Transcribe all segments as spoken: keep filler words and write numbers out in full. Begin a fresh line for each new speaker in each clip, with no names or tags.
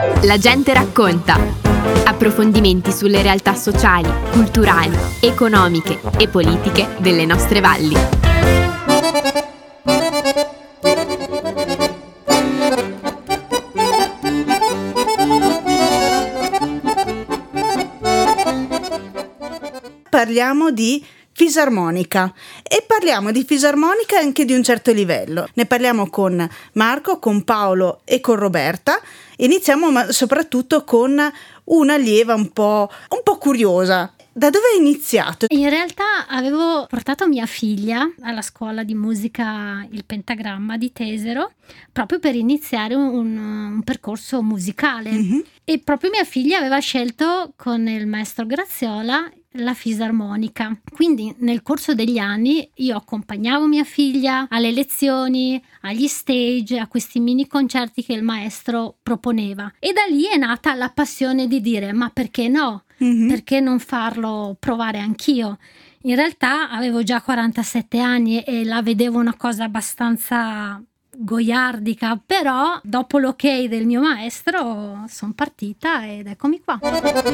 La gente racconta. Approfondimenti sulle realtà sociali, culturali, economiche e politiche delle nostre valli.
Parliamo di fisarmonica e parliamo di fisarmonica anche di un certo livello. Ne parliamo con Marco, con Paolo e con Roberta. Iniziamo ma soprattutto con una allieva un po', un po' curiosa. Da dove hai iniziato?
In realtà avevo portato mia figlia alla scuola di musica Il Pentagramma di Tesero proprio per iniziare un, un percorso musicale, mm-hmm. e proprio mia figlia aveva scelto con il maestro Graziola la fisarmonica. Quindi nel corso degli anni io accompagnavo mia figlia alle lezioni, agli stage, a questi mini concerti che il maestro proponeva, e da lì è nata la passione di dire: ma perché no? Mm-hmm. Perché non farlo provare anch'io? In realtà avevo già quarantasette anni e la vedevo una cosa abbastanza goiardica, però dopo l'ok del mio maestro sono partita ed eccomi qua.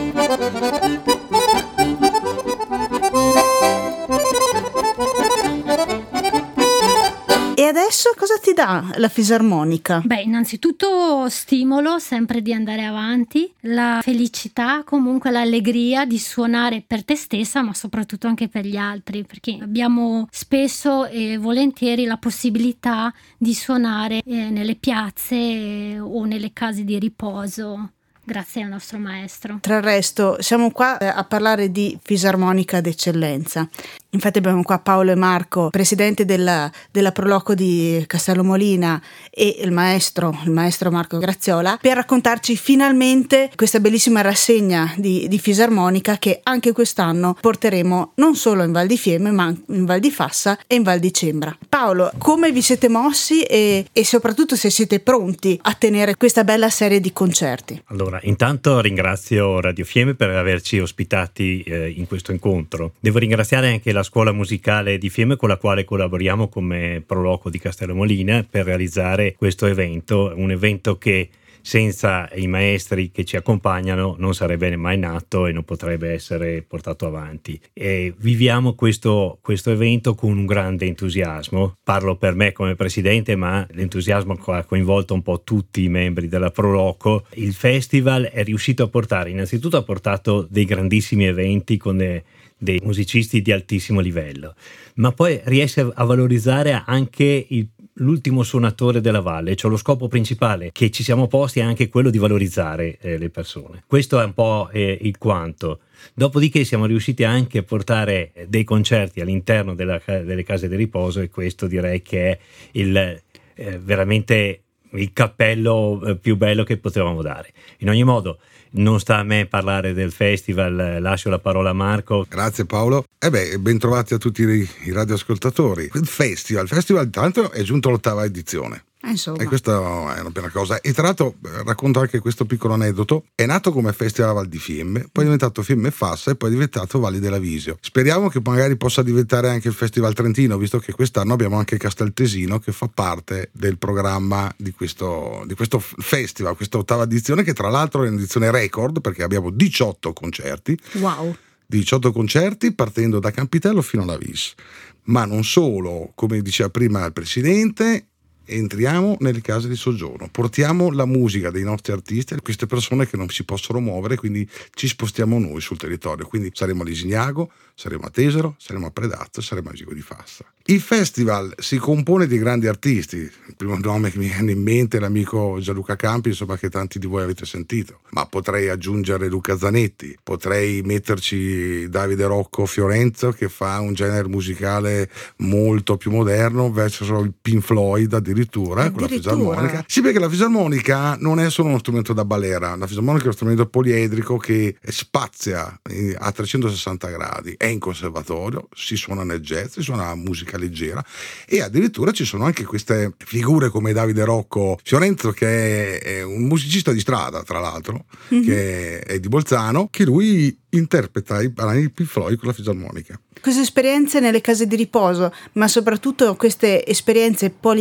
E adesso cosa ti dà la fisarmonica?
Beh, innanzitutto stimolo sempre di andare avanti, la felicità, comunque l'allegria di suonare per te stessa, ma soprattutto anche per gli altri, perché abbiamo spesso e volentieri la possibilità di suonare eh, nelle piazze eh, o nelle case di riposo. Grazie al nostro maestro.
Tra il resto siamo qua a parlare di fisarmonica d'eccellenza. Infatti abbiamo qua Paolo e Marco, presidente della, della Proloco di Castello Molina, e il maestro, il maestro Marco Graziola, per raccontarci finalmente questa bellissima rassegna di, di fisarmonica che anche quest'anno porteremo non solo in Val di Fiemme ma in Val di Fassa e in Val di Cembra. Paolo, come vi siete mossi e, e soprattutto se siete pronti a tenere questa bella serie di concerti?
Allora, intanto ringrazio Radio Fiemme per averci ospitati eh, in questo incontro. Devo ringraziare anche la scuola musicale di Fiemme con la quale collaboriamo come Proloco di Castello Molina per realizzare questo evento, un evento che senza i maestri che ci accompagnano non sarebbe mai nato e non potrebbe essere portato avanti. E viviamo questo, questo evento con un grande entusiasmo. Parlo per me come presidente, ma l'entusiasmo ha coinvolto un po' tutti i membri della Proloco. Il festival è riuscito a portare, innanzitutto ha portato dei grandissimi eventi con dei, dei musicisti di altissimo livello, ma poi riesce a valorizzare anche il l'ultimo suonatore della valle, cioè lo scopo principale che ci siamo posti è anche quello di valorizzare eh, le persone. Questo è un po' eh, il quanto. Dopodiché siamo riusciti anche a portare dei concerti all'interno della, delle case di riposo, e questo direi che è il, eh, veramente il cappello eh, più bello che potevamo dare. In ogni modo, non sta a me parlare del festival, lascio la parola a Marco.
Grazie Paolo. E eh beh, ben trovati a tutti i, i radioascoltatori. Il festival, il festival tanto è giunto all'ottava edizione.
Insomma.
E questa è una bella cosa. E tra l'altro racconto anche questo piccolo aneddoto: è nato come festival a Val di Fiemme, poi è diventato Fiemme Fassa e poi è diventato Valli dell'Avisio. Speriamo che magari possa diventare anche il Festival Trentino, visto che quest'anno abbiamo anche Casteltesino che fa parte del programma di questo, di questo festival, questa ottava edizione, che tra l'altro è un'edizione record perché abbiamo diciotto concerti.
Wow.
diciotto concerti partendo da Campitello fino alla Vis. Ma non solo, come diceva prima il presidente, entriamo nelle case di soggiorno, portiamo la musica dei nostri artisti a queste persone che non si possono muovere, quindi ci spostiamo noi sul territorio. Quindi saremo a Lisignago, saremo a Tesero, saremo a Predazzo, saremo a Gigo di Fassa. Il festival si compone di grandi artisti. Il primo nome che mi viene in mente è l'amico Gianluca Campi, insomma, che tanti di voi avete sentito, ma potrei aggiungere Luca Zanetti, potrei metterci Davide Rocco Fiorenzo, che fa un genere musicale molto più moderno verso il Pink Floyd addirittura, addirittura. Con la fisarmonica. Sì, perché la fisarmonica non è solo uno strumento da balera, la fisarmonica è uno strumento poliedrico che spazia a trecentosessanta gradi, è in conservatorio, si suona nel jazz, si suona musica leggera, e addirittura ci sono anche queste figure come Davide Rocco Fiorenzo, che è un musicista di strada tra l'altro, mm-hmm. che è di Bolzano, che lui interpreta i brani di Pink Floyd con la fisarmonica.
Queste esperienze nelle case di riposo, ma soprattutto queste esperienze poliedriche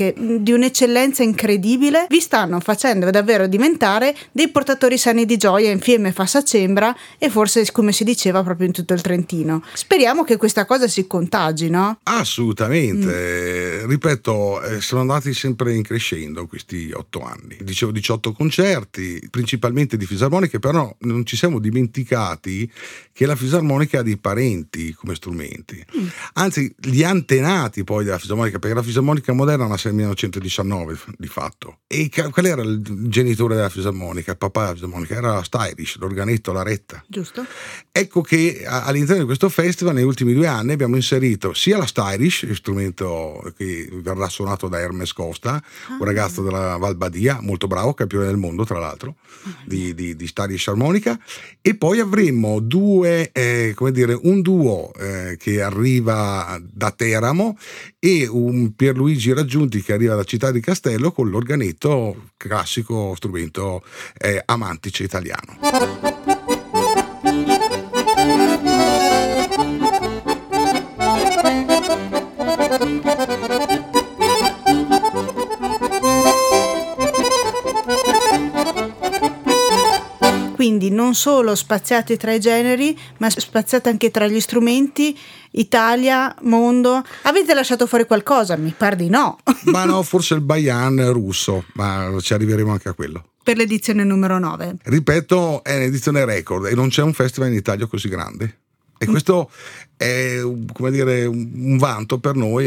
veramente di un'eccellenza incredibile, vi stanno facendo davvero diventare dei portatori sani di gioia in Fiemme, Fassa, Cembra e forse, come si diceva, proprio in tutto il Trentino. Speriamo che questa cosa si contagi, no?
Assolutamente, mm. ripeto, eh, sono andati sempre in crescendo questi otto anni. Dicevo diciotto concerti, principalmente di fisarmoniche, però non ci siamo dimenticati che la fisarmonica ha dei parenti come strumenti, mm. anzi gli antenati poi della fisarmonica, perché la fisarmonica moderna nasce nel millenovecentodiciannove di fatto. E qual era il genitore della fisarmonica, il papà della fisarmonica? Era la Styrish, l'organetto, la retta.
Giusto.
Ecco che all'interno di questo festival negli ultimi due anni abbiamo inserito sia la Styrish, strumento che verrà suonato da Hermes Costa, ah. un ragazzo della Val Badia, molto bravo, campione del mondo tra l'altro, ah. di, di, di Styrish armonica, e poi avremo due, eh, come dire, un duo eh, che arriva da Teramo e un Pierluigi Raggiunti che arriva da Città di Castello con l'organetto, classico strumento eh, amantice italiano.
Quindi non solo spaziati tra i generi, ma spaziati anche tra gli strumenti, Italia, mondo. Avete lasciato fuori qualcosa? Mi par di no.
Ma no, forse il Bayan russo, ma ci arriveremo anche a quello.
Per l'edizione numero nove.
Ripeto, è un'edizione record e non c'è un festival in Italia così grande. E questo è, come dire, un vanto per noi,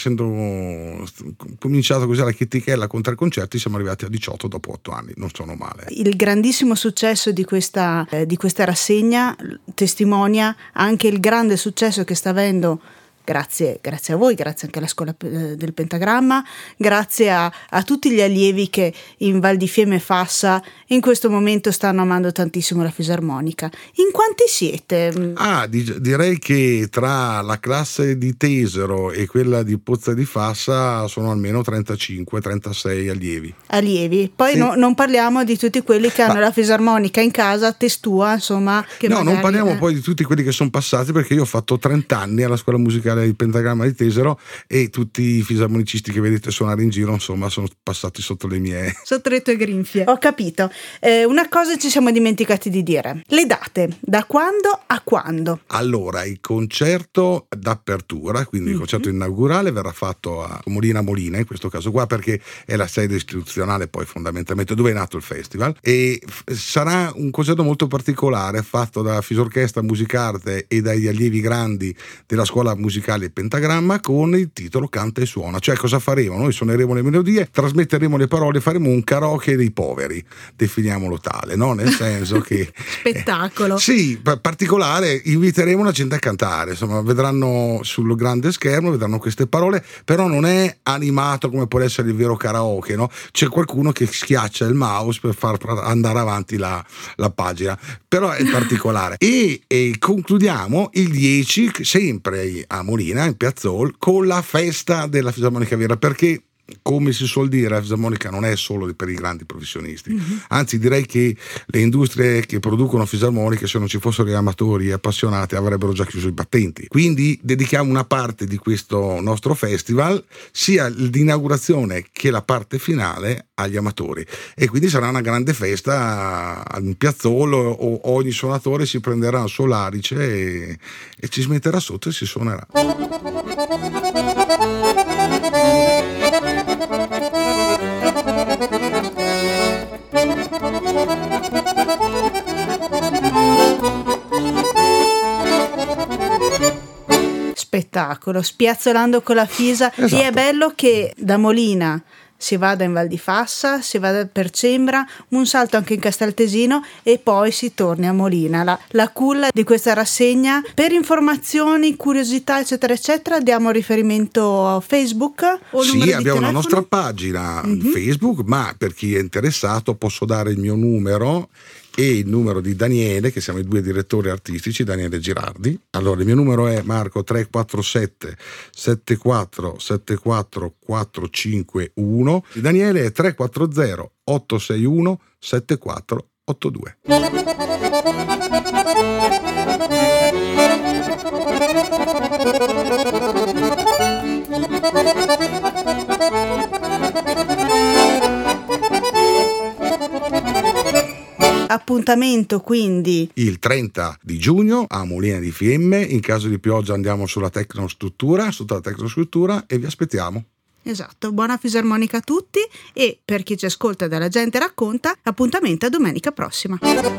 essendo cominciato così alla chetichella con tre concerti, siamo arrivati a diciotto dopo otto anni, non sono male.
Il grandissimo successo di questa, eh, di questa rassegna testimonia anche il grande successo che sta avendo, grazie, grazie a voi, grazie anche alla scuola del Pentagramma, grazie a, a tutti gli allievi che in Val di Fiemme e Fassa in questo momento stanno amando tantissimo la fisarmonica. In quanti siete?
Ah, di, direi che tra la classe di Tesero e quella di Pozza di Fassa sono almeno trentacinque trentasei allievi.
Allievi, poi sì. no, non parliamo di tutti quelli che hanno Ma... la fisarmonica in casa, testua, insomma. Che
no,
magari,
non parliamo
eh.
poi di tutti quelli che sono passati, perché io ho fatto trenta anni alla scuola musicale il Pentagramma di Tesero e tutti i fisarmonicisti che vedete suonare in giro, insomma, sono passati sotto le mie
sotto le tue grinfie. Ho capito. Eh, una cosa ci siamo dimenticati di dire: le date, da quando a quando?
Allora, il concerto d'apertura, quindi mm-hmm. il concerto inaugurale, verrà fatto a Molina Molina, in questo caso qua, perché è la sede istituzionale poi fondamentalmente dove è nato il festival, e f- sarà un concerto molto particolare fatto da Fisorchestra Musicarte e dagli allievi grandi della scuola musicale Pentagramma, con il titolo Canta e Suona. Cioè, cosa faremo? Noi suoneremo le melodie, trasmetteremo le parole, faremo un karaoke dei poveri, definiamolo tale, no? Nel senso che
spettacolo.
Eh, sì, particolare, inviteremo la gente a cantare, insomma, vedranno sul grande schermo, vedranno queste parole, però non è animato come può essere il vero karaoke, no? C'è qualcuno che schiaccia il mouse per far andare avanti la, la pagina, però è particolare. e, e concludiamo il dieci, sempre a Molina, in Piazzol, con la festa della fisarmonica vera, perché, come si suol dire, la fisarmonica non è solo per i grandi professionisti, mm-hmm. anzi direi che le industrie che producono fisarmoniche, se non ci fossero gli amatori e appassionati, avrebbero già chiuso i battenti. Quindi dedichiamo una parte di questo nostro festival, sia l'inaugurazione che la parte finale, agli amatori, e quindi sarà una grande festa in Piazzolo. Ogni suonatore si prenderà il suo larice e, e ci smetterà sotto e si suonerà.
Spettacolo, spiazzolando con la fisa. Esatto. E è bello che da Molina si vada in Val di Fassa, si vada per Cembra, un salto anche in Casteltesino e poi si torni a Molina. La, la culla di questa rassegna. Per informazioni, curiosità eccetera eccetera, diamo riferimento a Facebook o
sì,
numero di
abbiamo
telefono?
La nostra pagina mm-hmm. Facebook, ma per chi è interessato posso dare il mio numero e il numero di Daniele, che siamo i due direttori artistici, Daniele Girardi. Allora, il mio numero è Marco tre quattro sette sette quattro sette quattro quattro cinque uno, Daniele è tre quattro zero otto sei uno sette quattro otto due.
Appuntamento quindi
il trenta di giugno a Molina di Fiemme. In caso di pioggia andiamo sulla tecnostruttura, sotto la tecnostruttura, e vi aspettiamo.
Esatto, buona fisarmonica a tutti, e per chi ci ascolta dalla gente racconta, appuntamento a domenica prossima.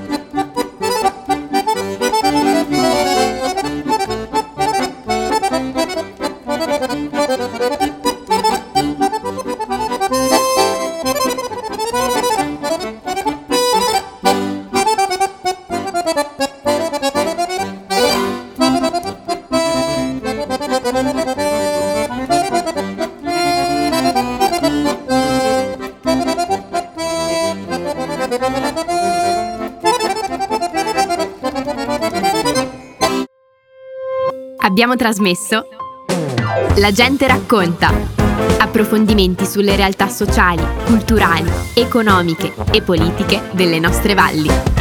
Abbiamo trasmesso La gente racconta. Approfondimenti sulle realtà sociali, culturali, economiche e politiche delle nostre valli.